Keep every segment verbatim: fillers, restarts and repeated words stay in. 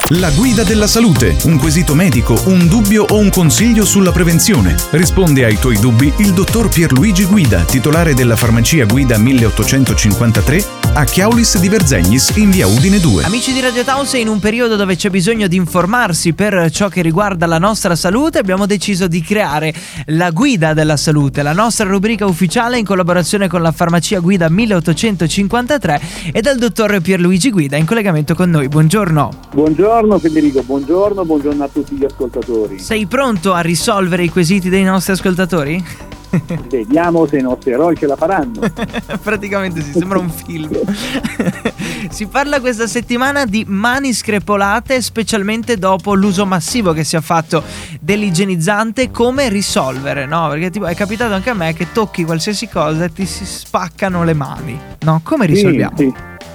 La guida della salute, un quesito medico, un dubbio o un consiglio sulla prevenzione. Risponde ai tuoi dubbi il dottor Pierluigi Guida, titolare della farmacia Guida milleottocentocinquantatré a Chiaulis di Verzegnis in via Udine due. Amici di Radio Taos, in un periodo dove c'è bisogno di informarsi per ciò che riguarda la nostra salute, abbiamo deciso di creare la Guida della Salute, la nostra rubrica ufficiale in collaborazione con la farmacia Guida milleottocentocinquantatré e dal dottor Pierluigi Guida in collegamento con noi. Buongiorno. Buongiorno Federico, buongiorno, buongiorno a tutti gli ascoltatori. Sei pronto a risolvere i quesiti dei nostri ascoltatori? Vediamo se i nostri eroi ce la faranno. Praticamente sì, sembra un film. Si parla questa settimana di mani screpolate, specialmente dopo l'uso massivo che si è fatto dell'igienizzante. Come risolvere, no? Perché tipo, è capitato anche a me che tocchi qualsiasi cosa e ti si spaccano le mani, no? Come risolviamo? Sì, sì.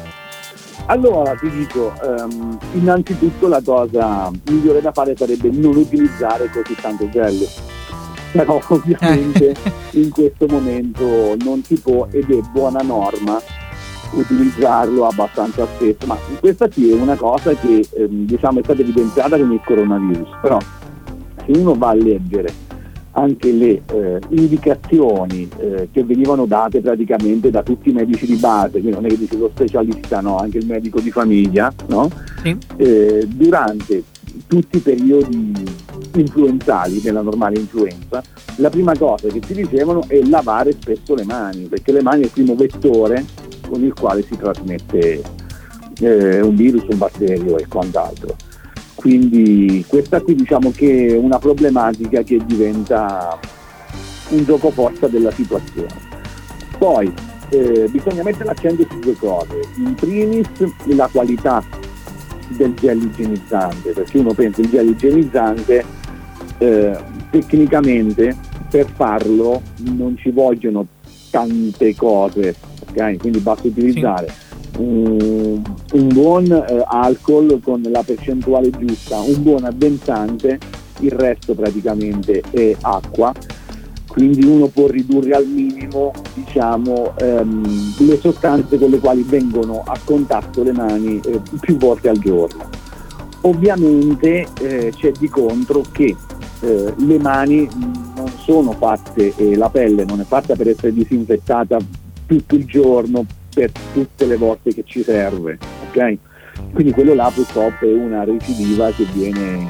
Allora ti dico, um, innanzitutto la cosa migliore da fare sarebbe non utilizzare così tanto gel. Però ovviamente in questo momento non si può ed è buona norma utilizzarlo abbastanza spesso, ma questa sì è una cosa che ehm, diciamo è stata evidenziata con il coronavirus. Però se uno va a leggere anche le eh, indicazioni eh, che venivano date praticamente da tutti i medici di base, quindi non è che dice lo specialista, no, anche il medico di famiglia, no? Sì. Eh, durante tutti i periodi influenzali della normale influenza, la prima cosa che ci dicevano è lavare spesso le mani, perché le mani è il primo vettore con il quale si trasmette eh, un virus, un batterio e quant'altro. Quindi questa qui diciamo che è una problematica che diventa un gioco forza della situazione. Poi eh, bisogna mettere l'accento su due cose: in primis la qualità del gel igienizzante, perché uno pensa il gel igienizzante eh, tecnicamente per farlo non ci vogliono tante cose, ok? Quindi basta utilizzare sì. un, un buon eh, alcol con la percentuale giusta, un buon addensante, il resto praticamente è acqua. Quindi uno può ridurre al minimo, diciamo, ehm, le sostanze con le quali vengono a contatto le mani eh, più volte al giorno. Ovviamente eh, c'è di contro che eh, le mani non sono fatte, e la pelle non è fatta per essere disinfettata tutto il giorno per tutte le volte che ci serve, ok? Quindi quello là purtroppo è una recidiva che viene,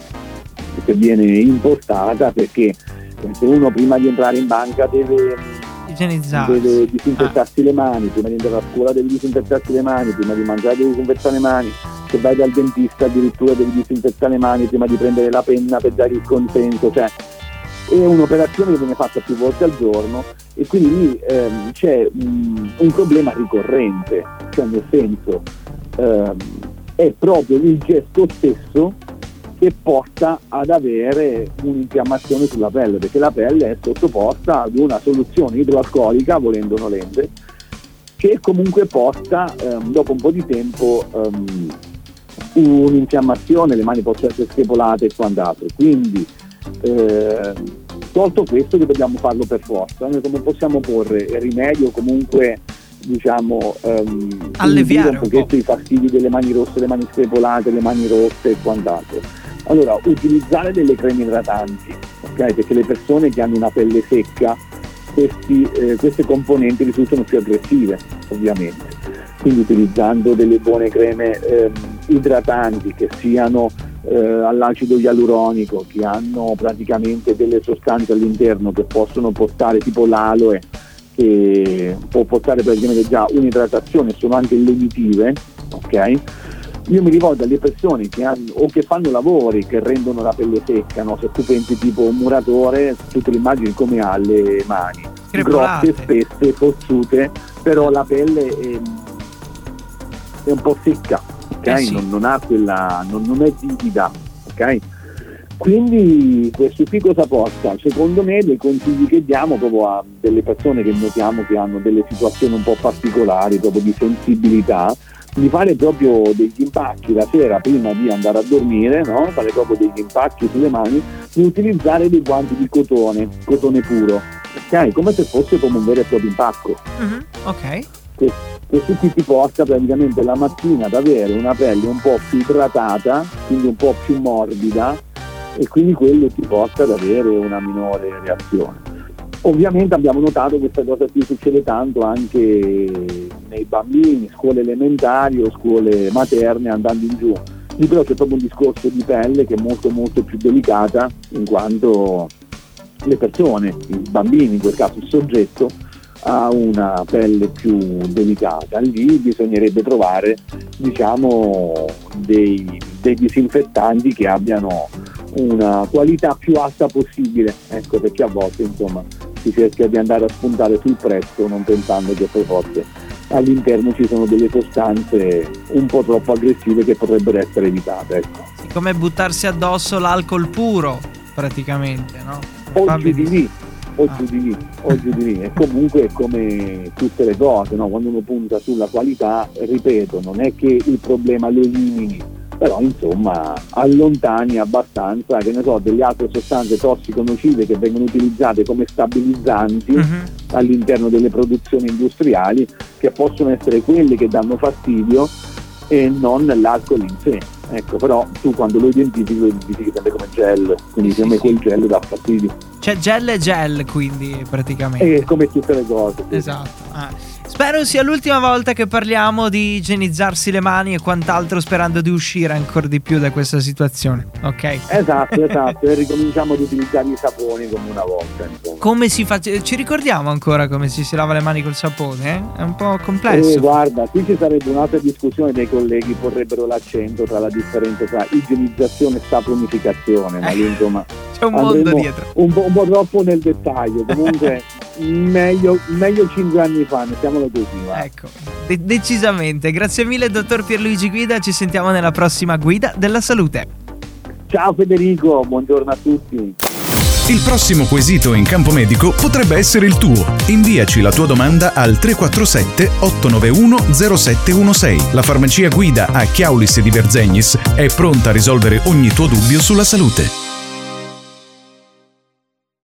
che viene impostata, perché se uno prima di entrare in banca deve, deve disinfettarsi ah. le mani, prima di entrare a scuola deve disinfettarsi le mani, prima di mangiare deve disinfettare le mani, se vai dal dentista addirittura devi disinfettare le mani prima di prendere la penna per dare il consenso, cioè è un'operazione che viene fatta più volte al giorno, e quindi lì ehm, c'è un, un problema ricorrente, cioè nel senso ehm, è proprio il gesto stesso che porta ad avere un'infiammazione sulla pelle, perché la pelle è sottoposta ad una soluzione idroalcolica, volendo nolente, che comunque porta ehm, dopo un po' di tempo ehm, un'infiammazione, le mani possono essere screpolate e quant'altro. Quindi eh, tolto questo, che dobbiamo farlo per forza, noi come possiamo porre rimedio, comunque diciamo ehm, alleviare un pochetto i fastidi delle mani rosse, le mani screpolate, le mani rosse e quant'altro? Allora, utilizzare delle creme idratanti, ok? Perché le persone che hanno una pelle secca, questi, eh, queste componenti risultano più aggressive, ovviamente. Quindi utilizzando delle buone creme eh, idratanti che siano eh, all'acido ialuronico, che hanno praticamente delle sostanze all'interno che possono portare, tipo l'aloe, che può portare praticamente già un'idratazione, sono anche lenitive, ok? Io mi rivolgo alle persone che hanno o che fanno lavori che rendono la pelle secca, no? Se tu pensi tipo un muratore, tu te lo immagini come ha le mani, grosse, spesse, fossute, però la pelle è, è un po' secca, ok? Eh sì. non, non ha quella, non, non è vivida, ok? Quindi questo qui cosa porta? Secondo me dei consigli che diamo proprio a delle persone che notiamo che hanno delle situazioni un po' particolari, proprio di sensibilità, di fare proprio degli impacchi la sera prima di andare a dormire, no? Fare proprio degli impacchi sulle mani, di utilizzare dei guanti di cotone, cotone puro, ok? Come se fosse come un vero e proprio impacco. Mm-hmm. Ok. Que- questo qui ti porta praticamente la mattina ad avere una pelle un po' più idratata, quindi un po' più morbida, e quindi quello ti porta ad avere una minore reazione. Ovviamente abbiamo notato che questa cosa qui succede tanto anche nei bambini, scuole elementari o scuole materne andando in giù. Lì però c'è proprio un discorso di pelle che è molto molto più delicata, in quanto le persone, i bambini, in quel caso il soggetto, ha una pelle più delicata. Lì bisognerebbe trovare, diciamo, dei, dei disinfettanti che abbiano una qualità più alta possibile, ecco, perché a volte insomma si cerca di andare a spuntare sul prezzo non pensando che poi forse all'interno ci sono delle sostanze un po' troppo aggressive che potrebbero essere evitate, ecco. Come buttarsi addosso l'alcol puro praticamente, no? O giù di lì, o giù di lì, o giù di lì. E comunque è come tutte le cose, no? Quando uno punta sulla qualità, ripeto, non è che il problema lo elimini, però insomma allontani abbastanza, che ne so, delle altre sostanze tossico-nocive che vengono utilizzate come stabilizzanti uh-huh. all'interno delle produzioni industriali, che possono essere quelle che danno fastidio e non l'alcol in sé. Ecco, però tu quando lo identifichi lo identifichi sempre come gel, quindi sì, secondo me sì. quel gel dà fastidio. C'è gel e gel, quindi praticamente. E come tutte le cose. Esatto. Ah. Spero sia l'ultima volta che parliamo di igienizzarsi le mani e quant'altro, sperando di uscire ancora di più da questa situazione. Ok? Esatto, esatto. E ricominciamo ad utilizzare i saponi come una volta, insomma. Come si fa? Ci ricordiamo ancora come si si lava le mani col sapone? Eh? È un po' complesso. Eh, guarda, qui ci sarebbe un'altra discussione, dei colleghi porrebbero l'accento tra la differenza tra igienizzazione e saponificazione, ma lì insomma c'è un mondo dietro. Un po', un po' troppo nel dettaglio. Comunque meglio, meglio cinque anni fa, mettiamolo così. Va. Ecco, de- decisamente. Grazie mille, dottor Pierluigi Guida. Ci sentiamo nella prossima Guida della Salute. Ciao Federico, buongiorno a tutti. Il prossimo quesito in campo medico potrebbe essere il tuo. Inviaci la tua domanda al tre quattro sette otto nove uno zero sette uno sei. La farmacia Guida a Chiaulis di Verzegnis è pronta a risolvere ogni tuo dubbio sulla salute.